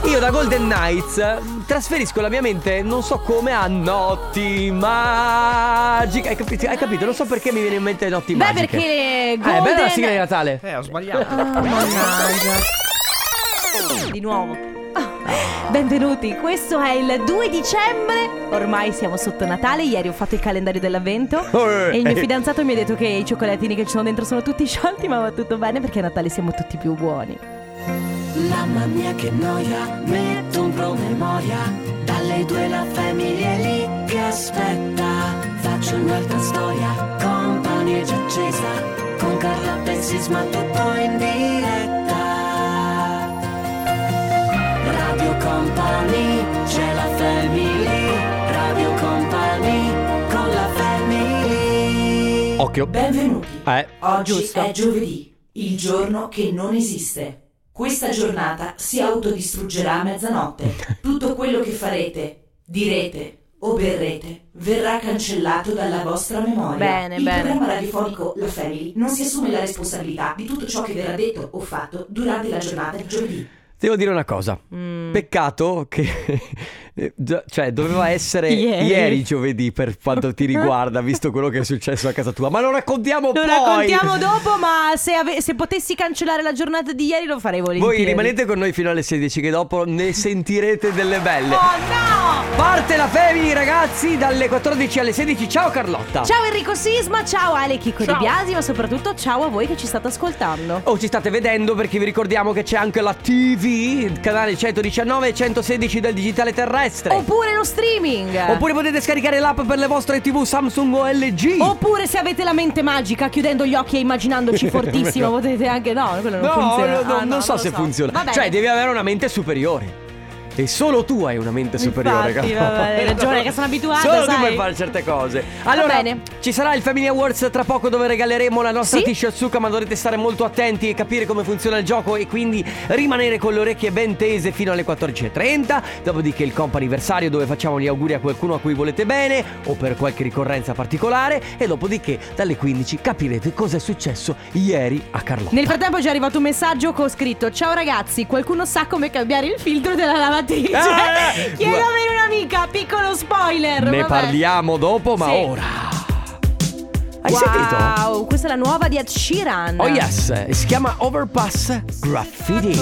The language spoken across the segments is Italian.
io da Golden Nights trasferisco la mia mente, non so come, a notti magiche. Hai capito? Non so perché mi viene in mente notti magiche. Perché È bella la Golden... sigla di Natale. Ho sbagliato. Mannaggia. Di nuovo. Benvenuti, questo è il 2 dicembre. Ormai siamo sotto Natale. Ieri ho fatto il calendario dell'avvento e il mio fidanzato mi ha detto che i cioccolatini che ci sono dentro sono tutti sciolti, ma va tutto bene perché a Natale siamo tutti più buoni. Mamma mia che noia, metto un promemoria. Dalle 2 la famiglia è lì che aspetta. Faccio un'altra storia, compagnia già accesa. Con Carlotta e Sisma tutto in diretta. Radio Company, c'è la family. Radio Company, con la family. Occhio. Benvenuti. Oggi Giusto. è giovedì, il giorno che non esiste. Questa giornata si autodistruggerà a mezzanotte. Tutto quello che farete, direte o berrete verrà cancellato dalla vostra memoria. Bene, il bene. programma radiofonico La Family non si assume la responsabilità di tutto ciò che verrà detto o fatto durante la giornata di giovedì. Devo dire una cosa. Peccato che cioè doveva essere ieri giovedì per quanto ti riguarda, visto quello che è successo a casa tua. Ma lo raccontiamo poi. Lo raccontiamo dopo, ma se potessi cancellare la giornata di ieri lo farei volentieri. Voi rimanete con noi fino alle 16 che dopo ne sentirete delle belle. Oh no! Parte la Family, ragazzi, dalle 14 alle 16. Ciao Carlotta. Ciao Enrico Sisma, ciao Ale Chicco Di Biasi, ma soprattutto ciao a voi che ci state ascoltando. O ci state vedendo, perché vi ricordiamo che c'è anche la TV, il canale 119 e 116 del digitale terrestre. Oppure lo streaming. Oppure potete scaricare l'app per le vostre TV Samsung o LG. Oppure se avete la mente magica, chiudendo gli occhi e immaginandoci fortissimo, potete anche... No, quello non funziona. Non so se funziona. Va bene. Cioè devi avere una mente superiore. E solo tu hai una mente superiore. Infatti, vabbè, hai ragione, che sono abituata, Solo sai. tu puoi fare certe cose. Allora, bene. ci sarà il Family Awards tra poco, dove regaleremo la nostra Sì? t-shirt Suka, ma dovrete stare molto attenti e capire come funziona il gioco e quindi rimanere con le orecchie ben tese fino alle 14:30. Dopodiché il comp anniversario, dove facciamo gli auguri a qualcuno a cui volete bene o per qualche ricorrenza particolare. E dopodiché dalle 15 capirete cosa è successo ieri a Carlotta. Nel frattempo è già arrivato un messaggio con scritto: ciao ragazzi, qualcuno sa come cambiare il filtro della lavatrice? Chiedami un'amica, piccolo spoiler. Ne vabbè. parliamo dopo, ma Sì. ora hai sentito? Wow, questa è la nuova di Ed Sheeran. Oh yes, si chiama Overpass Graffiti.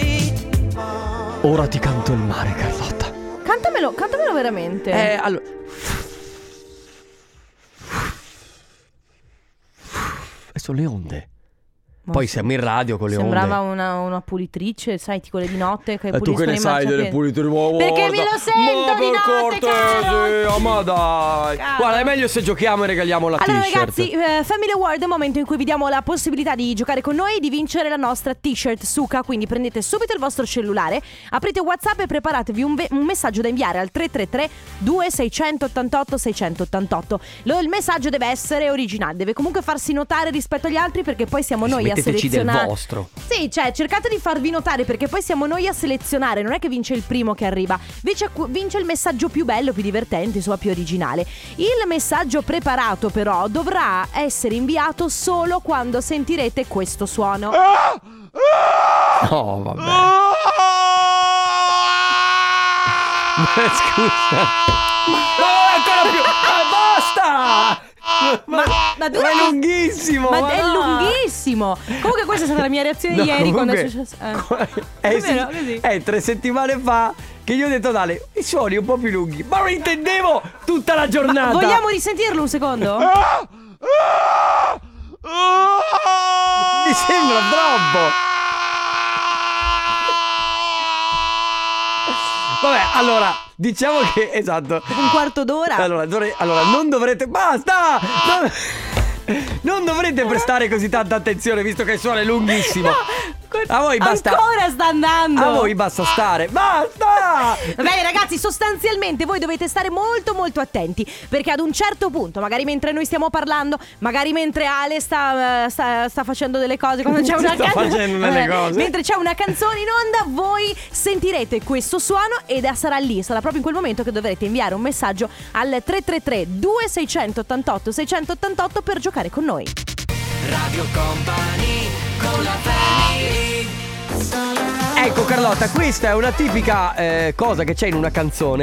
Ora ti canto il mare, Carlotta. Cantamelo veramente. Allora, e sono le onde. Ma Poi sì. siamo in radio con le Sembrava onde. una pulitrice, sai, quelle di notte che E tu che puliscono ne i sai delle marciapiedi. puliture nuove? Perché me lo sento di notte, caro. Ma dai. Caro. Guarda, è meglio se giochiamo e regaliamo la Allora t-shirt. ragazzi, Family Award è un momento in cui vi diamo la possibilità di giocare con noi e di vincere la nostra t-shirt Suka. Quindi prendete subito il vostro cellulare, aprite WhatsApp e preparatevi un messaggio da inviare al 333 2688 688. Il messaggio deve essere originale, deve comunque farsi notare rispetto agli altri, perché poi siamo noi a Metteteci del selezionare. vostro. Sì, cioè cercate di farvi notare, perché poi siamo noi a selezionare. Non è che vince il primo che arriva, vince il messaggio più bello, più divertente, insomma più originale. Il messaggio preparato però dovrà essere inviato solo quando sentirete questo suono. No, vabbè. Scusa. No, ancora più. Basta! Ma tu è lunghissimo. Ma è no. lunghissimo. Comunque questa è stata la mia reazione No, ieri quando è comunque, successo. È vero, così. 3 settimane fa che io ho detto dale, i suoni un po' più lunghi. Ma lo intendevo tutta la giornata. Vogliamo risentirlo un secondo? Mi sembra troppo. Vabbè, allora, diciamo che, esatto, Un quarto d'ora. Allora, non dovrete... Basta! Non dovrete prestare così tanta attenzione, visto che il suono è lunghissimo. A voi basta. Ancora sta andando. A voi basta stare. Basta! Beh ragazzi, sostanzialmente voi dovete stare molto molto attenti, perché ad un certo punto, magari mentre noi stiamo parlando, magari mentre Ale sta facendo delle cose, quando c'è una facendo delle cose. mentre c'è una canzone in onda, voi sentirete questo suono ed sarà lì, sarà proprio in quel momento che dovrete inviare un messaggio al 333 2688 688 per giocare con noi. Radio Company con la family. Ecco Carlotta, questa è una tipica cosa che c'è in una canzone,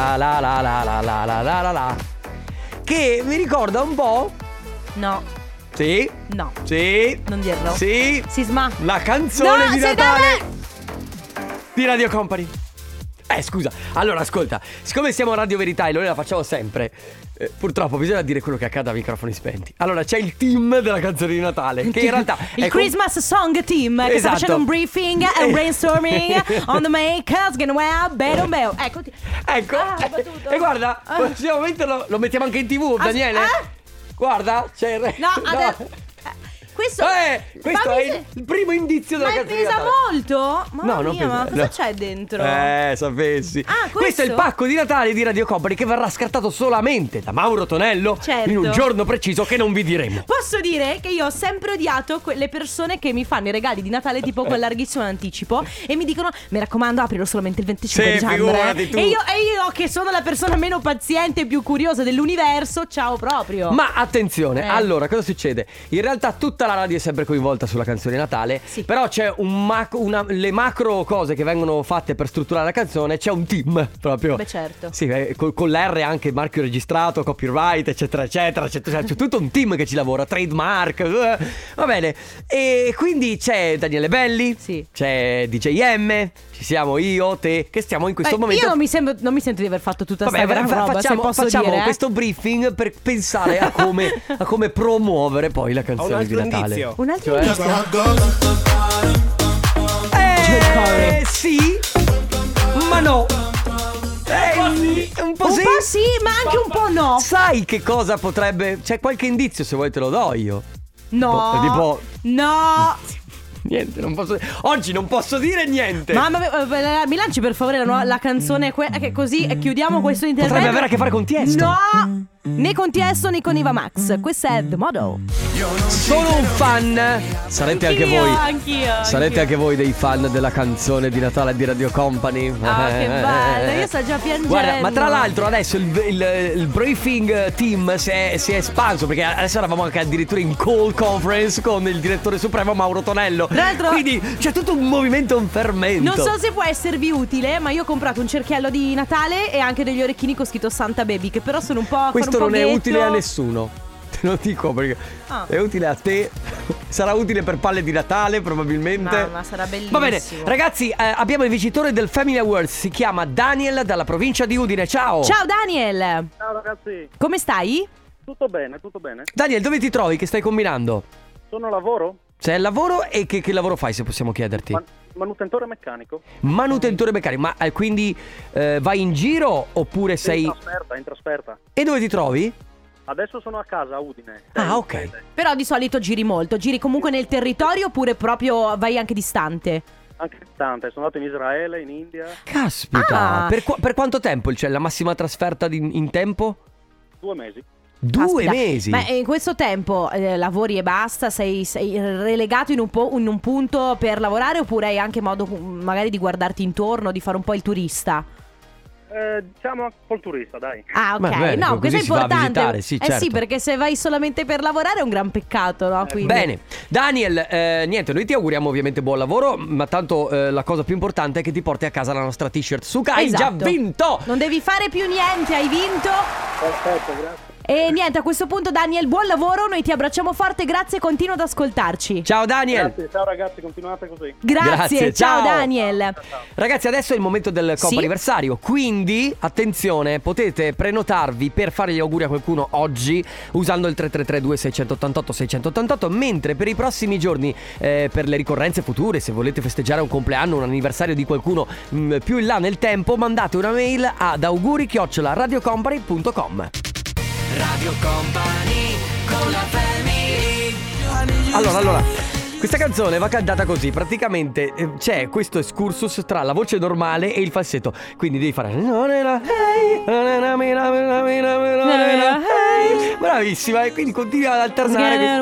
che mi ricorda un po'. No. Sì? No. Sì? Non dirlo. Sì? Sisma. La canzone No, di sei Natale da di Radio Company. Scusa, allora ascolta, siccome siamo a Radio Verità e noi la facciamo sempre, purtroppo bisogna dire quello che accade a microfoni spenti. Allora c'è il team della canzone di Natale, che in realtà il Christmas Song Team, che sta facendo un briefing e un brainstorming on the makers gonna wear better bell. Ecco. E guarda, prossimamente lo mettiamo anche in TV, Daniele. Guarda, c'è il No, adesso questo è il primo indizio della canzone di pesa Natale. molto? Mamma non mia, pesa, ma cosa no. c'è dentro? Sapessi. Questo? Questo è il pacco di Natale di Radio Company, che verrà scartato solamente da Mauro Tonello, certo, in un giorno preciso che non vi diremo. Posso dire che io ho sempre odiato quelle persone che mi fanno i regali di Natale tipo con larghissimo anticipo e mi dicono: mi raccomando, aprilo solamente il 25 dicembre. Figurati tu. E io che sono la persona meno paziente e più curiosa dell'universo, ciao proprio. Ma attenzione, allora cosa succede? In realtà tutta la radio è sempre coinvolta sulla canzone di Natale, sì, però c'è le macro cose che vengono fatte per strutturare la canzone. C'è un team proprio. Beh, certo. Sì, con l'R anche marchio registrato, copyright, eccetera eccetera, eccetera. C'è tutto un team che ci lavora, trademark, va bene. E quindi c'è Daniele Belli, sì, c'è DJM, ci siamo io, te, che stiamo in questo momento. Io non mi sento di aver fatto tutta questa gran roba, facciamo dire, questo briefing per pensare a come promuovere poi la canzone di Natale. Un altro indizio. Sì, ma no. Un po' sì, ma anche un po' no. Sai che cosa potrebbe? C'è qualche indizio, se vuoi te lo do io. No. Tipo no. Niente, non posso. Oggi non posso dire niente. Mamma mia, mi lanci per favore la canzone che così chiudiamo questo intervento. Potrebbe avere a che fare con Tiesto. No, né con Tiesto né con Iva Max. Questa è The Model. Sono un fan. Sarete anche voi. Anch'io. Sarete anche voi dei fan della canzone di Natale di Radio Company. Che bello, io sto già piangendo. Guarda, ma tra l'altro adesso il briefing team si è espanso, perché adesso eravamo anche addirittura in call conference con il direttore supremo Mauro Tonello. Tra l'altro, quindi c'è tutto un movimento, un fermento. Non so se può esservi utile, ma io ho comprato un cerchiello di Natale e anche degli orecchini con scritto Santa Baby, che però sono un po'. Questo non è ghetto. utile a nessuno. Te lo dico perché è utile a te. Sarà utile per palle di Natale probabilmente. Ma sarà bellissimo. Va bene, ragazzi, abbiamo il vincitore del Family Awards. Si chiama Daniel, dalla provincia di Udine. Ciao. Ciao Daniel. Ciao ragazzi. Come stai? Tutto bene, tutto bene. Daniel, dove ti trovi? Che stai combinando? Sono a lavoro? Sei al lavoro e che lavoro fai, se possiamo chiederti? Manutentore meccanico. Manutentore meccanico. Ma quindi vai in giro oppure sei in trasferta. E dove ti trovi? Adesso sono a casa a Udine. Ok. Però di solito giri molto. Giri comunque nel territorio oppure proprio vai anche distante? Anche distante. Sono andato in Israele, in India. Caspita. Per quanto tempo? Cioè la massima trasferta in tempo? 2 mesi. 2 mesi? Ma in questo tempo lavori e basta? Sei relegato in un punto per lavorare, oppure hai anche modo magari di guardarti intorno, di fare un po' il turista? Diciamo col turista, dai. Ah, ok. Bene, no, questo è si va a importante. visitare, sì, certo. Sì, perché se vai solamente per lavorare è un gran peccato, no? Quindi. Bene, Daniel, niente, noi ti auguriamo ovviamente buon lavoro, ma tanto la cosa più importante è che ti porti a casa la nostra t-shirt. Suka, hai già vinto! Non devi fare più niente, hai vinto. Perfetto, grazie. E niente, a questo punto Daniel, buon lavoro, noi ti abbracciamo forte, grazie, continua ad ascoltarci. Ciao Daniel. Grazie, ciao ragazzi, continuate così. Grazie, ciao Daniel. Ciao. Ragazzi, adesso è il momento del comp'anniversario, quindi attenzione, potete prenotarvi per fare gli auguri a qualcuno oggi usando il 333-2688-688, mentre per i prossimi giorni, per le ricorrenze future, se volete festeggiare un compleanno, un anniversario di qualcuno più in là nel tempo, mandate una mail ad auguri@radiocompany.com. Radio Company con la family. Allora, questa canzone va cantata così. Praticamente c'è questo excursus tra la voce normale e il falsetto. Quindi devi fare bravissima. E quindi continui ad alternare.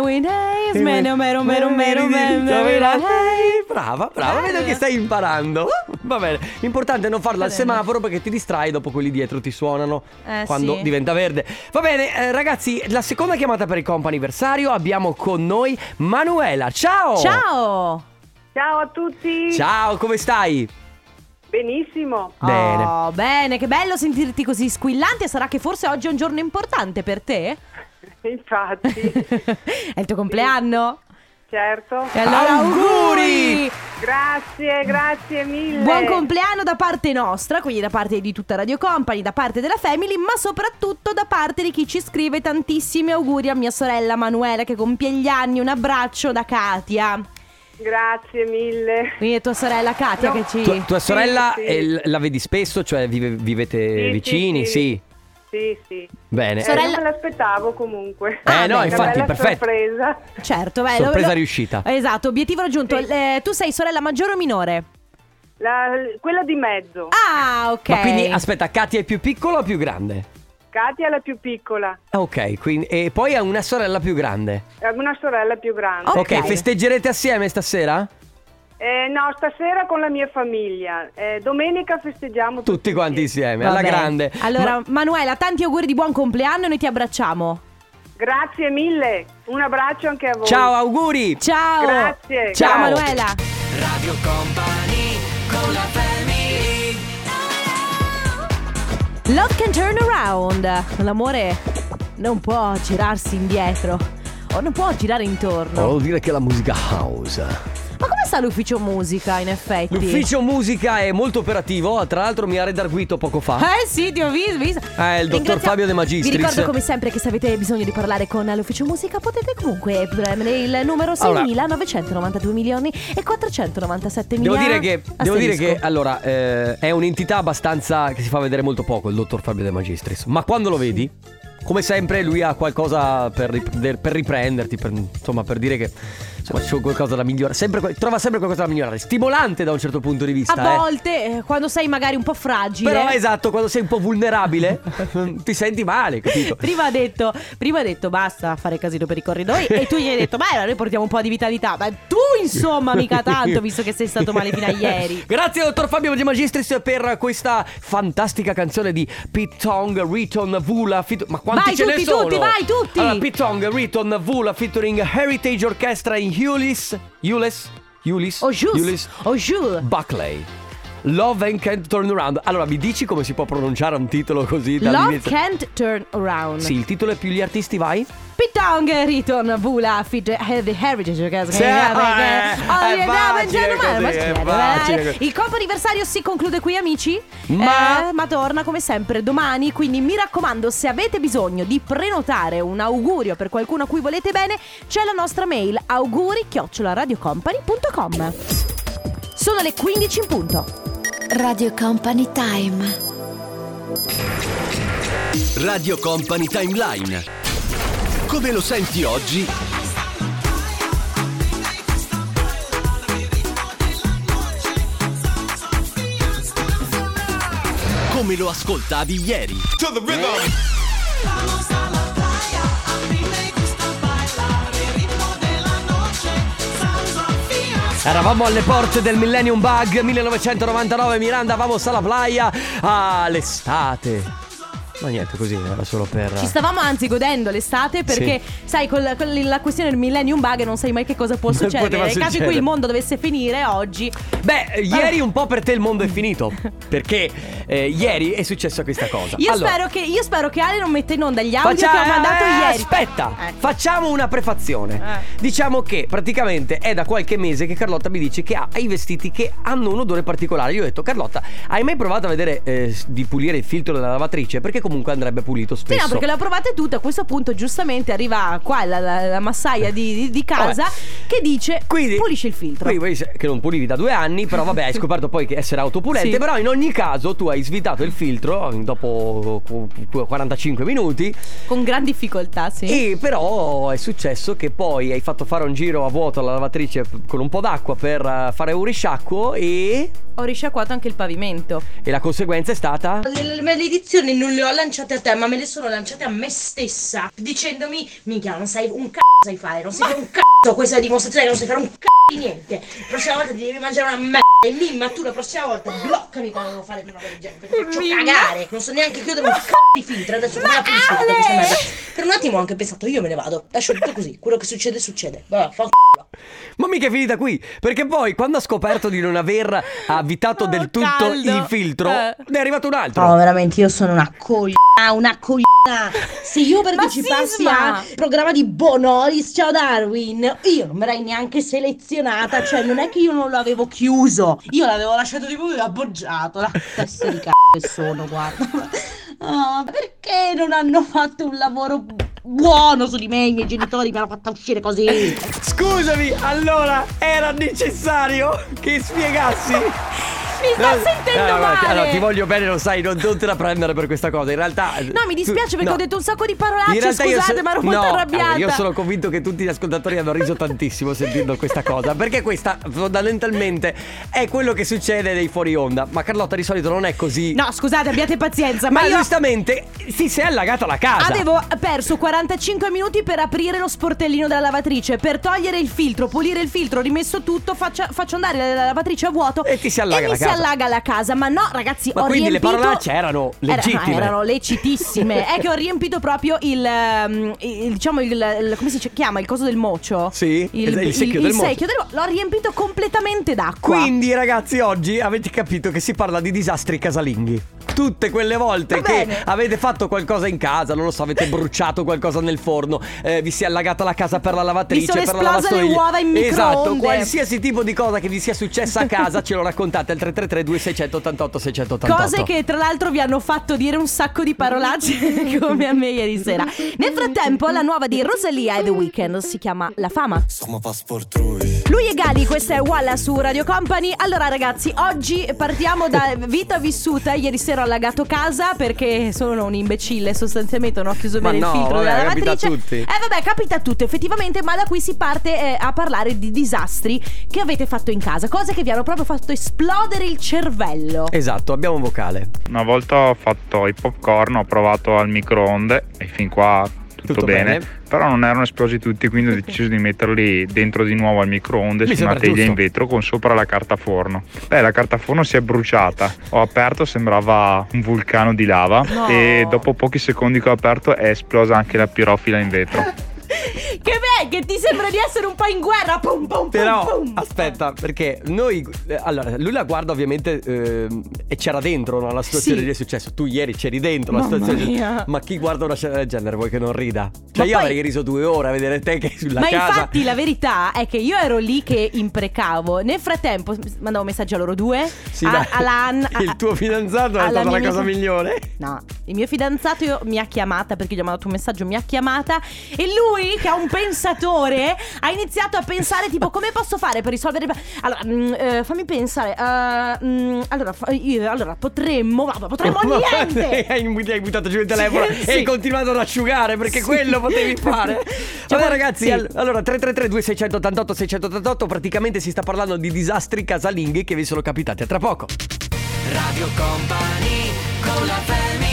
Brava, vedo che stai imparando. Va bene, l'importante è non farla al semaforo, perché ti distrai, dopo quelli dietro ti suonano quando diventa verde. Va bene, ragazzi, la seconda chiamata per il comp'anniversario. Abbiamo con noi Manuela. Ciao. Ciao. Ciao a tutti. Ciao, come stai? Benissimo. Bene. Oh, bene, che bello sentirti così squillante. Sarà che forse oggi è un giorno importante per te? Infatti. È il tuo compleanno? Certo. E allora Auguri! Grazie mille. Buon compleanno da parte nostra, quindi da parte di tutta Radio Company, da parte della Family, ma soprattutto da parte di chi ci scrive tantissimi auguri a mia sorella Manuela che compie gli anni. Un abbraccio da Katia. Grazie mille. Quindi è tua sorella Katia No. che ci... Tua sorella sì. la vedi spesso? Cioè vivete Sì, vicini? sì. Sì. Bene. Sorella- Non me l'aspettavo comunque. No, bene. infatti, Una bella perfetto. sorpresa. Certo, beh, Sorpresa riuscita. Esatto, obiettivo raggiunto. Sì. Tu sei sorella maggiore o minore? Quella di mezzo. Ah, ok. Ma quindi, aspetta, Katia è più piccola o più grande? Katia è la più piccola. Ok, quindi, e poi ha una sorella più grande. È una sorella più grande. Oh. Ok, Ok. festeggerete assieme stasera? No, stasera con la mia famiglia. Domenica festeggiamo Tutti quanti insieme, alla Vabbè. grande. Allora, Manuela, tanti auguri di buon compleanno e noi ti abbracciamo. Grazie mille. Un abbraccio anche a voi. Ciao, auguri! Ciao. Grazie. Ciao, Ciao. Manuela. Radio Company con la family. Love can turn around. L'amore non può girarsi indietro o non può girare intorno. Vuol dire che la musica house. Ma come sta l'ufficio musica in effetti? L'ufficio musica è molto operativo, tra l'altro mi ha redarguito poco fa. Sì, ti ho visto. Il dottor Fabio De Magistris. Vi ricordo come sempre che se avete bisogno di parlare con l'ufficio musica potete comunque premere il numero 6.992 milioni e 497 Devo milioni. dire che allora è un'entità abbastanza che si fa vedere molto poco, il dottor Fabio De Magistris. Ma quando lo vedi, come sempre lui ha qualcosa per riprenderti, per dire che insomma c'è qualcosa da migliorare. Trova sempre qualcosa da migliorare. Stimolante da un certo punto di vista. A volte, quando sei magari un po' fragile. Però esatto, quando sei un po' vulnerabile ti senti male, capito? Prima ha detto basta fare casino per i corridoi e tu gli hai detto beh, noi portiamo un po' di vitalità. Ma tu insomma mica tanto, visto che sei stato male fino a ieri. Grazie dottor Fabio De Magistris per questa fantastica canzone di Pete Tong, Riton, Vula Ma quanti Vai ce tutti, ne sono? tutti, vai tutti. Allora, Pete Tong, Riton, Vula featuring Heritage Orchestra in Ulyss O Jules Buckley. Love and Can't Turn Around. Allora, mi dici come si può pronunciare un titolo così Love dall'inizio? Can't Turn Around. Sì, il titolo è più gli artisti, vai. Pitong Riton Vula Fit The Heritage Sì, è facile. Il compo anniversario si conclude qui, amici. Ma torna come sempre domani. Quindi mi raccomando, se avete bisogno di prenotare un augurio per qualcuno a cui volete bene, c'è la nostra mail auguri@radiocompany.com. Sono le 15 in punto. Radio Company Time. Radio Company Timeline. Come lo senti oggi? Come lo ascoltavi ieri? eravamo alle porte del Millennium Bug 1999, Miranda, vamos alla playa. L'estate. Ma niente, così era solo per... Ci stavamo anzi godendo l'estate perché, sai, con la questione del Millennium Bug non sai mai che cosa può Poteva succedere. Nel caso in succedere. cui il mondo dovesse finire oggi. Beh, ieri un po' per te il mondo è finito. Perché ieri è successa questa cosa. Io Allora, spero che Ale non metta in onda gli audio che ho mandato ieri. Aspetta, Ecco. facciamo una prefazione. Diciamo che praticamente è da qualche mese che Carlotta mi dice che ha i vestiti che hanno un odore particolare. Io ho detto: Carlotta, hai mai provato a vedere di pulire il filtro della lavatrice? Perché comunque andrebbe pulito spesso. Sì, no, perché le ho provate tutte. A questo punto giustamente arriva qua la massaia di casa. Vabbè. Che dice pulisci il filtro. Qui che non pulivi da 2 anni. Però vabbè, hai scoperto poi che essere autopulente. Sì. Però in ogni caso tu hai svitato il filtro dopo 45 minuti. Con gran difficoltà, sì. E però è successo che poi hai fatto fare un giro a vuoto alla lavatrice con un po' d'acqua per fare un risciacquo e Ho risciacquato anche il pavimento. la conseguenza è stata? Le maledizioni non le ho lanciate a te, ma me le sono lanciate a me stessa, dicendomi: minchia, non sai un cazzo sai fare, non sai fare un cazzo, questa è la dimostrazione che non sai fare un cazzo di niente. La prossima volta ti devi mangiare una merda. E Mimma, tu la prossima volta bloccami quando devo fare una roba del genere, perché faccio cagare. Non so neanche chiudere un cazzo di filtro. Adesso come la pulisco tutta questa merda? Per un attimo ho anche pensato: io me ne vado, lascio tutto così, quello che succede succede. Vabbè, fa un c***o. Ma mica è finita qui, perché poi quando ha scoperto di non aver avvitato del tutto caldo. il filtro, ne è arrivato un altro. No, veramente, io sono una cogliona. Se io partecipassi Sisma! al programma di Bonolis, ciao Darwin, io non mi avrei neanche selezionata, cioè non è che io non l'avevo chiuso, io l'avevo lasciato tipo appoggiato, la testa di che sono, guarda. Perché non hanno fatto un lavoro buono su di me? I miei genitori mi hanno fatta uscire così. Scusami, allora era necessario che spiegassi? Mi sta sentendo male. Allora, ti voglio bene, lo sai, non te la prendere per questa cosa. In realtà No, mi dispiace perché ho detto un sacco di parolacce. In realtà Scusate, ma ero molto arrabbiata. Io sono convinto che tutti gli ascoltatori hanno riso tantissimo sentendo questa cosa, perché questa fondamentalmente è quello che succede nei fuori onda. Ma Carlotta di solito non è così. No, scusate, abbiate pazienza. Ma io giustamente si è allagata la casa. avevo perso 45 minuti per aprire lo sportellino della lavatrice, per togliere il filtro, pulire il filtro, rimesso tutto, faccio andare la lavatrice a vuoto E ti si allaga la casa. si allaga la casa. Ma no, ragazzi, Ma ho quindi riempito... le parolacce erano legittime. Erano legitissime. È che ho riempito proprio diciamo come si chiama? Il coso del mocio. Sì, il secchio del mocio. L'ho riempito completamente d'acqua. Quindi ragazzi, oggi avete capito che si parla di disastri casalinghi. Tutte quelle volte che avete fatto qualcosa in casa, non lo so, avete bruciato qualcosa nel forno, vi si è allagata la casa per la lavatrice, vi sono per la esplose lavastoviglie. le uova in microonde. Esatto, qualsiasi tipo di cosa che vi sia successa a casa ce lo raccontate al 333 2688 688. Cose che tra l'altro vi hanno fatto dire un sacco di parolacce come a me ieri sera. Nel frattempo la nuova di Rosalia e The Weeknd si chiama La Fama. Lui e Gali, questa è Walla su Radio Company. Allora ragazzi, oggi partiamo da vita vissuta. Ieri sera ho allagato casa perché sono un imbecille, sostanzialmente non ho chiuso bene il filtro della lavatrice. Capita a tutti. Vabbè, capita a tutti effettivamente, ma da qui si parte a parlare di disastri che avete fatto in casa, cose che vi hanno proprio fatto esplodere il cervello. Esatto, abbiamo un vocale. Una volta ho fatto i popcorn, ho provato al microonde e fin qua tutto bene. Però non erano esplosi tutti, quindi ho deciso di metterli dentro di nuovo al microonde su una teglia in vetro con sopra la carta forno. La carta forno si è bruciata. Ho aperto, sembrava un vulcano di lava e dopo pochi secondi che ho aperto è esplosa anche la pirofila in vetro. Che ti sembra di essere un po' in guerra. Pum, pum, Però pum, pum. aspetta, perché noi allora lui la guarda ovviamente e c'era dentro, no, la situazione Sì. che è successo. Tu ieri c'eri dentro la Mamma situazione. mia. Ma chi guarda una scena del genere vuoi che non rida? Cioè Ma io poi- avrei riso 2 ore a vedere te che sulla Ma casa. infatti la verità è che io ero lì che imprecavo. Nel frattempo mandavo messaggi a loro due. Sì, dai. Il tuo fidanzato è alla stata la mia cosa amica- migliore. No, il mio fidanzato mi ha chiamata perché gli ho mandato un messaggio, mi ha chiamata e lui, che è un pensatore, ha iniziato a pensare tipo come posso fare per risolvere. Allora, fammi pensare. Allora potremmo niente. Hai buttato giù il telefono Sì. e hai continuato ad asciugare perché quello potevi fare. Vabbè ragazzi, sì. allora 333 2688 688 praticamente si sta parlando di disastri casalinghi che vi sono capitati. A tra poco. Radio Company con la family.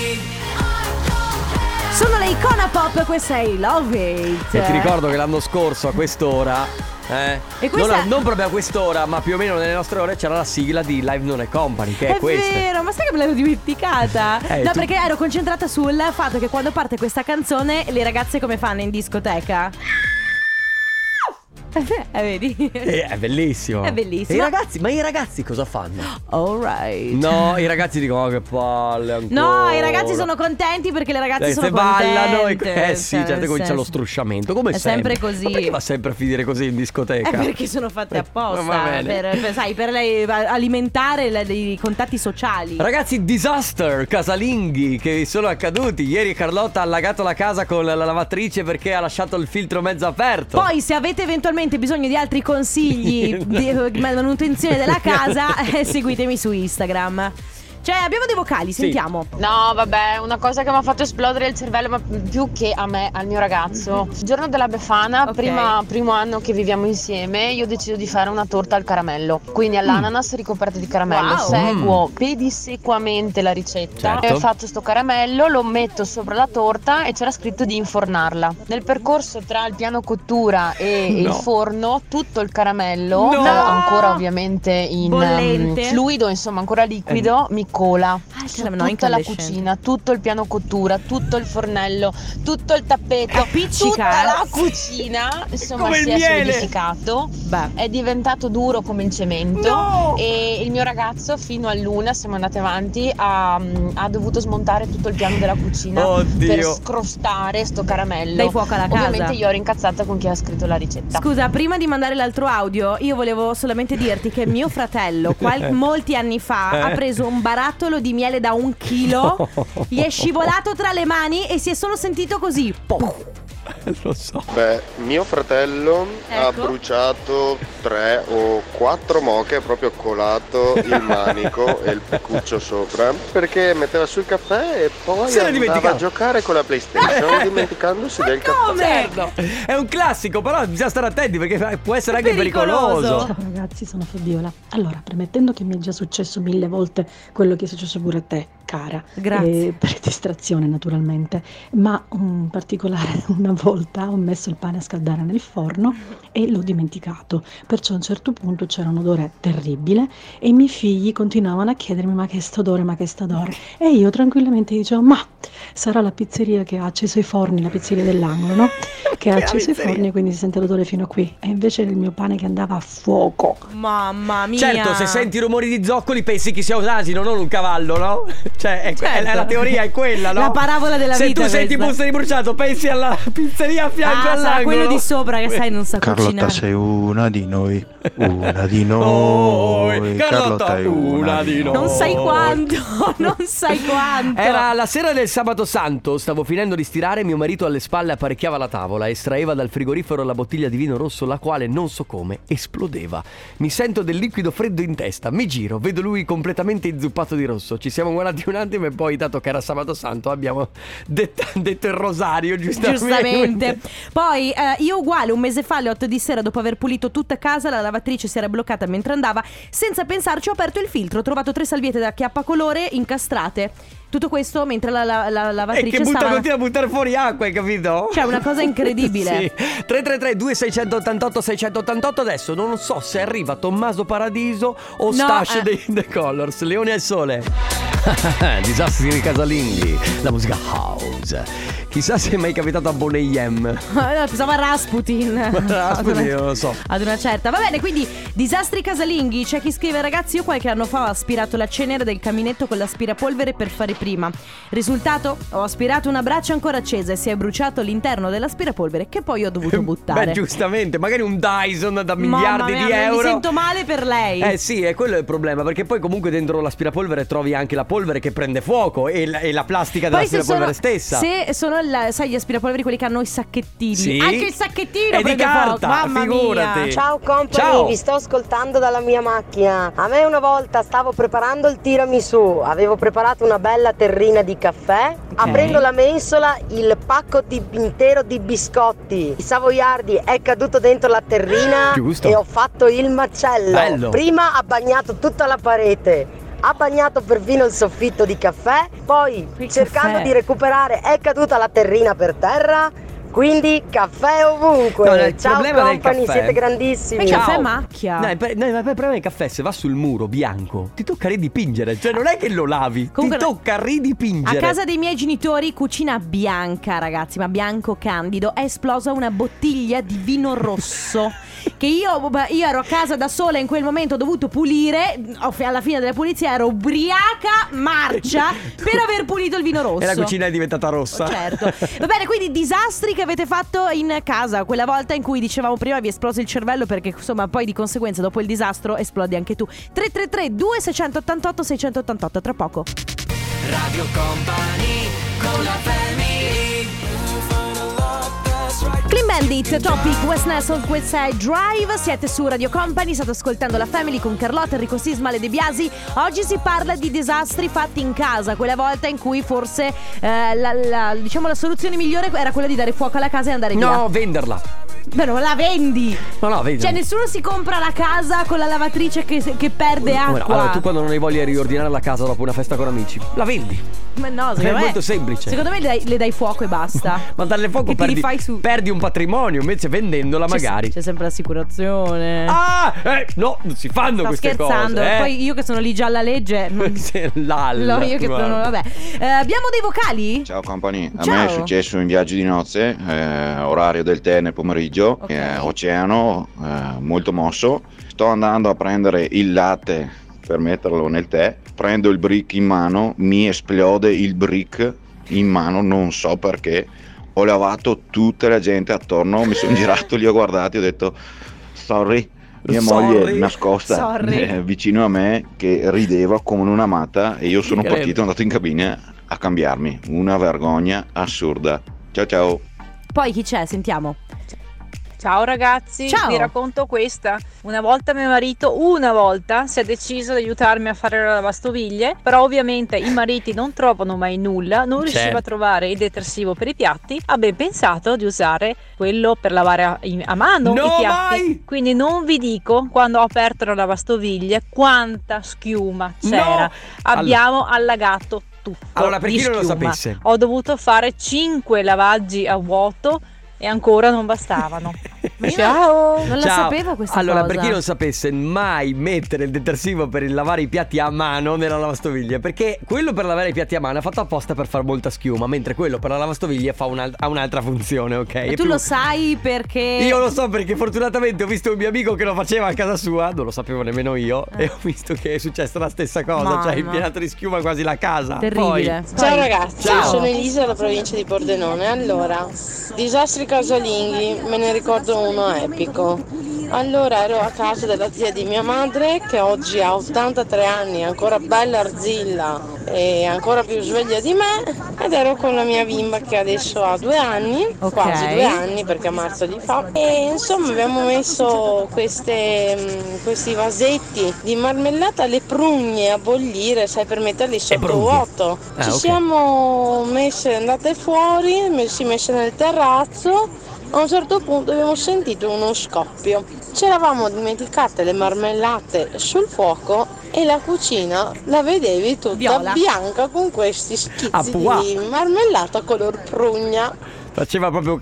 Sono le Icona Pop, questa è Love It. E ti ricordo che l'anno scorso a quest'ora E questa- non proprio a quest'ora, ma più o meno nelle nostre ore c'era la sigla di Live Non È Company, che è questa. vero, ma sai che me l'ero dimenticata? No, tu- perché ero concentrata sul fatto che quando parte questa canzone le ragazze come fanno in discoteca? Vedi? È bellissimo. È bellissimo. Ma i ragazzi cosa fanno? Alright. No, i ragazzi dicono che palle ancora. No, i ragazzi sono contenti perché le ragazze Dai, sono se ballano contente. sì, certo comincia lo strusciamento. Come È sempre così. Ma perché va sempre a finire così in discoteca? È perché sono fatte apposta Va bene. per alimentare i contatti sociali. Ragazzi, disaster casalinghi che vi sono accaduti. Ieri Carlotta ha allagato la casa con la lavatrice perché ha lasciato il filtro mezzo aperto. Poi se avete eventualmente bisogno di altri consigli di manutenzione della casa, seguitemi su Instagram. Cioè abbiamo dei vocali, sentiamo. No, vabbè, una cosa che mi ha fatto esplodere il cervello, ma più che a me, al mio ragazzo. Il giorno della Befana, primo anno che viviamo insieme, io ho deciso di fare una torta al caramello. Quindi all'ananas ricoperta di caramello. Wow. Seguo pedissequamente la ricetta. Certo. Faccio sto caramello, lo metto sopra la torta e c'era scritto di infornarla. Nel percorso tra il piano cottura e il forno, tutto il caramello, No. ancora ovviamente in Bollente. fluido, insomma ancora liquido, mi cola no, tutta la cucina, tutto il piano cottura, tutto il fornello, tutto il tappeto, tutta la cucina, insomma come si il è miele. solidificato, è diventato duro come il cemento e il mio ragazzo fino all'1 siamo andati avanti, ha dovuto smontare tutto il piano della cucina per scrostare sto caramello. Dai fuoco alla casa. Ovviamente io ero incazzata con chi ha scritto la ricetta. Scusa, prima di mandare l'altro audio, io volevo solamente dirti che mio fratello molti anni fa ha preso un barattolo di miele da 1 chilo, gli è scivolato tra le mani e si è solo sentito così. Lo so. Beh, mio fratello ha bruciato 3 o 4 moche, ha proprio colato il manico e il peccuccio sopra, perché metteva sul caffè e poi andava a giocare con la PlayStation dimenticandosi del caffè. Certo. È un classico, però bisogna stare attenti perché può essere anche pericoloso. Ciao ragazzi, sono Fabiola. Allora, premettendo che mi è già successo 1000 volte quello che è successo pure a te, cara. Grazie. Per distrazione naturalmente, ma in particolare una volta ho messo il pane a scaldare nel forno e l'ho dimenticato, perciò a un certo punto c'era un odore terribile e i miei figli continuavano a chiedermi ma che st'odore, e io tranquillamente dicevo ma sarà la pizzeria che ha acceso i forni, la pizzeria dell'angolo, no? Che ha acceso i forni e quindi si sente l'odore fino a qui, e invece era il mio pane che andava a fuoco. Mamma mia. Certo, se senti rumori di zoccoli pensi che sia un asino, non un cavallo, no? Cioè la teoria è quella, no? La parabola della se vita. Se tu senti puzza di bruciato pensi alla pizzeria a fianco all'angolo. Sarà quello di sopra che sai non sa Carlotta, cucinare. sei una di noi, una di noi. Carlotta è una di noi. Non sai quanto, non sai quanto. Era la sera del sabato santo, stavo finendo di stirare, mio marito alle spalle apparecchiava la tavola, estraeva dal frigorifero la bottiglia di vino rosso, la quale non so come esplodeva. Mi sento del liquido freddo in testa, mi giro, vedo lui completamente inzuppato di rosso. Ci siamo guardati un attimo e poi, dato che era sabato santo, abbiamo detto il rosario, giustamente. Poi io uguale, un mese fa alle 8 di sera, dopo aver pulito tutta casa, la lavatrice si era bloccata mentre andava. Senza pensarci ho aperto il filtro, ho trovato 3 salviette da acchiappacolore incastrate. Tutto questo mentre la lavatrice continua a buttare fuori acqua, hai capito? Cioè una cosa incredibile. Sì. 333 2688 688. Adesso non so se arriva Tommaso Paradiso o Stash dei The Colors. Leone al sole. Disastri casalinghi. La musica house. Chissà se è mai capitato a Boney M. Pensavo a Rasputin. Rasputin, non lo so. Ad una certa. Va bene, quindi disastri casalinghi. C'è chi scrive: ragazzi, io qualche anno fa ho aspirato la cenere del caminetto con l'aspirapolvere per fare prima. Risultato? Ho aspirato una brace ancora accesa e si è bruciato l'interno dell'aspirapolvere, che poi ho dovuto buttare. Beh, giustamente, magari un Dyson da miliardi di euro. Mi sento male per lei. Sì, è quello il problema, perché poi comunque dentro l'aspirapolvere trovi anche la polvere che prende fuoco e la plastica dell'aspirapolvere stessa. Se sono sai gli aspirapolveri quelli che hanno i sacchettini, sì. Anche il sacchettino è di carta, mamma figurati mia. Ciao company, ciao. Vi sto ascoltando dalla mia macchina. A me una volta stavo preparando il tiramisù, avevo preparato una bella terrina di caffè, aprendo la mensola il pacco intero di biscotti savoiardi è caduto dentro la terrina. Giusto. E ho fatto il macello. Bello. Prima ha bagnato tutta la parete, ha bagnato perfino il soffitto di caffè, poi cercando di recuperare è caduta la terrina per terra. Quindi caffè ovunque. No, ciao company, siete grandissimi. Il caffè macchia. No, il problema del caffè, se va sul muro bianco ti tocca ridipingere. Cioè non è che lo lavi, comunque ti tocca ridipingere. A casa dei miei genitori, cucina bianca, ragazzi, ma bianco candido, è esplosa una bottiglia di vino rosso che io ero a casa da sola in quel momento, ho dovuto pulire. Alla fine della pulizia ero ubriaca marcia per aver pulito il vino rosso. E la cucina è diventata rossa. Certo. Va bene, quindi disastri che avete fatto in casa. Quella volta in cui dicevamo prima vi è esploso il cervello, perché insomma poi di conseguenza dopo il disastro esplodi anche tu. 333 2688 688. Tra poco Radio Company con la family. Clean Bandit, Topic, West Nessel, Westside Drive. Siete su Radio Company, state ascoltando la Family con Carlotta, Enrico Sisma, Le De Biasi. Oggi si parla di disastri fatti in casa. Quella volta in cui forse diciamo la soluzione migliore era quella di dare fuoco alla casa e andare via. No, venderla. Beh, non la vendi. No, vedi. Cioè nessuno si compra la casa con la lavatrice che perde acqua. Allora, tu quando non hai voglia di riordinare la casa dopo una festa con amici, la vendi. Ma no, È secondo me molto semplice. Secondo me le dai fuoco e basta. Ma darle fuoco Che ti rifai su. perdi un patrimonio, invece vendendola magari. C'è sempre l'assicurazione. No, non si fanno Sto queste scherzando. cose. Poi io che sono lì già alla legge. No, io che sono. Vabbè. Abbiamo dei vocali? Ciao company, a Ciao. me è successo in viaggio di nozze, orario del tè nel pomeriggio, oceano, molto mosso. Sto andando a prendere il latte per metterlo nel tè, prendo il brick in mano, mi esplode il brick in mano, non so perché. Ho lavato tutta la gente attorno, mi sono girato, li ho guardati, ho detto sorry. Mia moglie nascosta vicino a me che rideva come una matta e io sono partito, andato in cabina a cambiarmi. Una vergogna assurda. Ciao. Poi chi c'è? Sentiamo. Ciao ragazzi, Ciao. vi racconto questa. Una volta mio marito, si è deciso di aiutarmi a fare la lavastoviglie, però ovviamente i mariti non trovano mai nulla, non riusciva a trovare il detersivo per i piatti, ha ben pensato di usare quello per lavare a mano i piatti. Quindi non vi dico, quando ho aperto la lavastoviglie, quanta schiuma c'era. Abbiamo allagato tutto. Allora, per di chi non lo schiuma. sapesse. Ho dovuto fare 5 lavaggi a vuoto e ancora non bastavano. Ciao! Non la sapevo questa allora, cosa. per chi non sapesse, mai mettere il detersivo per lavare i piatti a mano nella lavastoviglie, perché quello per lavare i piatti a mano è fatto apposta per far molta schiuma, mentre quello per la lavastoviglie ha un'altra funzione, ok? E tu lo sai perché? Io lo so perché fortunatamente ho visto un mio amico che lo faceva a casa sua, non lo sapevo nemmeno io, e ho visto che è successa la stessa cosa, Mamma. cioè impianato di schiuma quasi la casa. Terribile. Ciao ragazzi, Ciao. sono Elisa dalla provincia di Pordenone. Allora, disastri casalinghi, me ne ricordo uno epico. Allora ero a casa della zia di mia madre che oggi ha 83 anni, ancora bella arzilla e ancora più sveglia di me, ed ero con la mia bimba che adesso ha 2 anni, quasi 2 anni perché a marzo li fa, e insomma abbiamo messo questi vasetti di marmellata alle prugne a bollire, sai, per metterli sotto vuoto. Ci siamo andate fuori, messe nel terrazzo. A un certo punto abbiamo sentito uno scoppio. Ci eravamo dimenticate le marmellate sul fuoco e la cucina la vedevi tutta bianca con questi schizzi di marmellata color prugna. Faceva proprio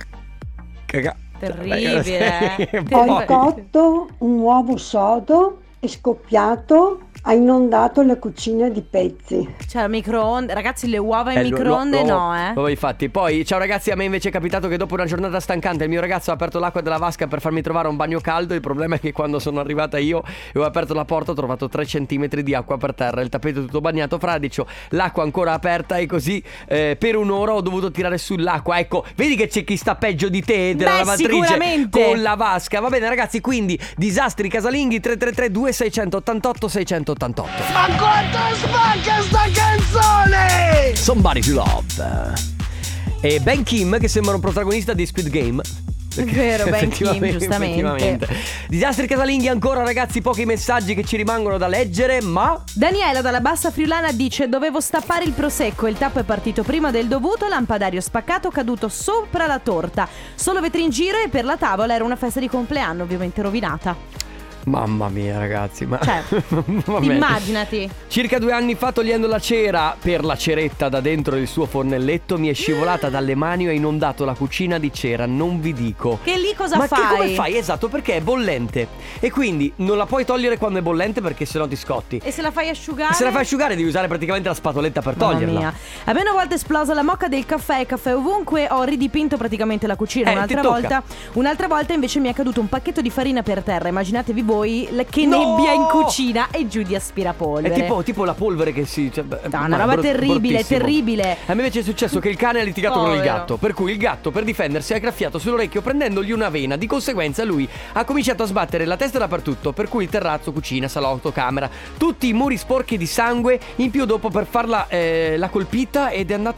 Terribile. Ho cotto un uovo sodo, è scoppiato, ha inondato la cucina di pezzi. Cioè, microonde. Ragazzi, le uova in microonde no, Infatti, poi, ciao ragazzi, a me invece è capitato che dopo una giornata stancante il mio ragazzo ha aperto l'acqua della vasca per farmi trovare un bagno caldo. Il problema è che quando sono arrivata io e ho aperto la porta ho trovato 3 centimetri di acqua per terra, il tappeto tutto bagnato, fradicio, l'acqua ancora aperta, e così per un'ora ho dovuto tirare sull'acqua. Ecco, vedi che c'è chi sta peggio di te della lavatrice con la vasca. Va bene ragazzi, quindi disastri casalinghi 333 2688 688. Ma quanto spacca sta canzone! Somebody to Love. E Ben Kim che sembra un protagonista di Squid Game. È vero, Ben Kim, giustamente. Disastri casalinghi ancora ragazzi, pochi messaggi che ci rimangono da leggere, ma Daniela dalla Bassa Friulana dice: dovevo stappare il prosecco, il tappo è partito prima del dovuto, lampadario spaccato, caduto sopra la torta, solo vetri in giro, e per la tavola era una festa di compleanno, ovviamente rovinata. mamma mia ragazzi, ma Cioè, immaginati. Circa 2 anni fa, togliendo la cera per la ceretta da dentro il suo fornelletto, mi è scivolata dalle mani e ha inondato la cucina di cera, non vi dico. Che lì cosa ma fai? Ma che come fai? Esatto, perché è bollente e quindi non la puoi togliere quando è bollente perché sennò ti scotti. E se la fai asciugare? Se la fai asciugare devi usare praticamente la spatoletta per toglierla. Mia. A me una volta è esplosa la mocca del caffè ovunque, ho ridipinto praticamente la cucina. Un'altra volta invece mi è caduto un pacchetto di farina per terra. Immaginatevi voi che nebbia in cucina e giù di aspirapolvere. È tipo la polvere che si una roba terribile, terribile. A me invece è successo che il cane ha litigato con il gatto, per cui il gatto, per difendersi, ha graffiato sull'orecchio prendendogli una vena. Di conseguenza lui ha cominciato a sbattere la testa dappertutto, per cui il terrazzo, cucina, salotto, camera, tutti i muri sporchi di sangue. In più dopo per farla l'ha colpita ed è andato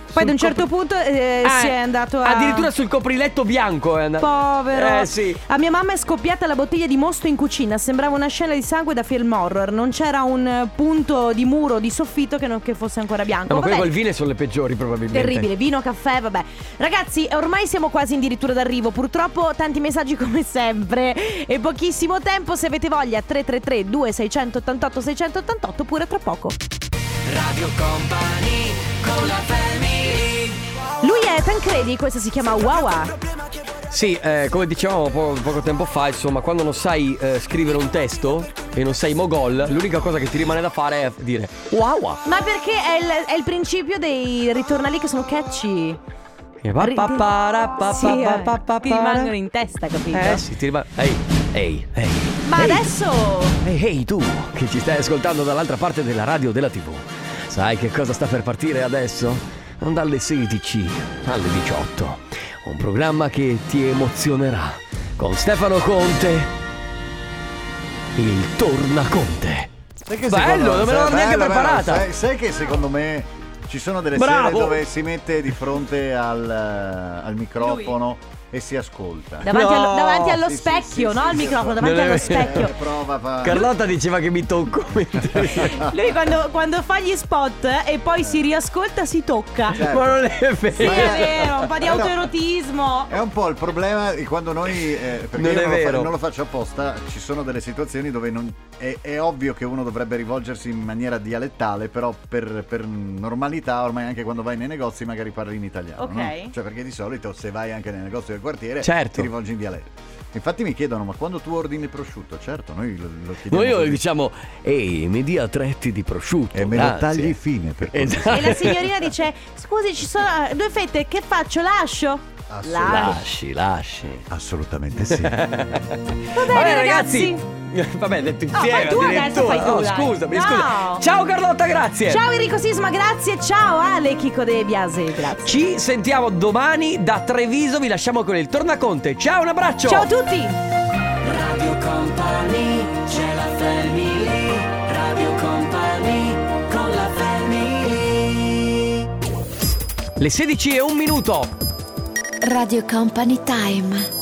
Poi ad un certo punto si è andato a... Addirittura sul copriletto bianco è andato. Povero. Sì. A mia mamma è scoppiata la bottiglia di mosto in cucina. Sembrava una scena di sangue da film horror. Non c'era un punto di muro, di soffitto che fosse ancora bianco. Ma quelle col vino sono le peggiori probabilmente. Terribile, vino, caffè, vabbè. Ragazzi, ormai siamo quasi addirittura d'arrivo. Purtroppo tanti messaggi come sempre e pochissimo tempo. Se avete voglia 333 2688 688 pure tra poco. Radio Company con la family. Lui è Tancredi, questa si chiama Wawa. Sì, come dicevamo poco tempo fa, insomma, quando non sai scrivere un testo e non sei mogol, l'unica cosa che ti rimane da fare è dire Wawa. Ma perché è il principio dei ritornali che sono catchy. Ti rimangono in testa, capito? Sì, ti rimangono. Ehi. Ma adesso Ehi tu, che ci stai ascoltando dall'altra parte della radio o della TV. Sai che cosa sta per partire adesso? Dalle 16 alle 18. Un programma che ti emozionerà. Con Stefano Conte. Il Tornaconte. Bello, non me l'ho neanche preparata. Sai che secondo me ci sono delle sere dove si mette di fronte al microfono e si ascolta davanti allo specchio, no? Al microfono, davanti allo specchio. Carlotta diceva che mi tocco. Lui quando fa gli spot e poi si riascolta si tocca. Certo. Ma non è vero. Sì, è vero, un po' di autoerotismo. È un po' il problema di quando noi perché non io è vero. non lo faccio apposta. Ci sono delle situazioni dove è ovvio che uno dovrebbe rivolgersi in maniera dialettale, però per normalità ormai anche quando vai nei negozi magari parli in italiano, ok, no? Cioè perché di solito se vai anche nei negozi del quartiere certo, ti rivolgi in dialetto. Infatti mi chiedono, ma quando tu ordini prosciutto? Certo, noi lo chiediamo. Noi diciamo, mi dia 3 etti di prosciutto e me lo tagli fine per esatto. E la signorina dice, scusi, ci sono 2 fette, che faccio? Lascio? Lasci. Assolutamente sì. Va bene, ragazzi. Vabbè, detto insieme. Fai tu adesso, fai tu, dai. Scusami. No. Ciao Carlotta, grazie. Ciao Enrico Sisma, grazie. Ciao Ale Chico De Biase, grazie. Ci sentiamo domani da Treviso. Vi lasciamo con il Tornaconte. Ciao, un abbraccio. Ciao a tutti. Radio Company, c'è la family. Radio Company con la family. Le 16:01. Radio Company Time.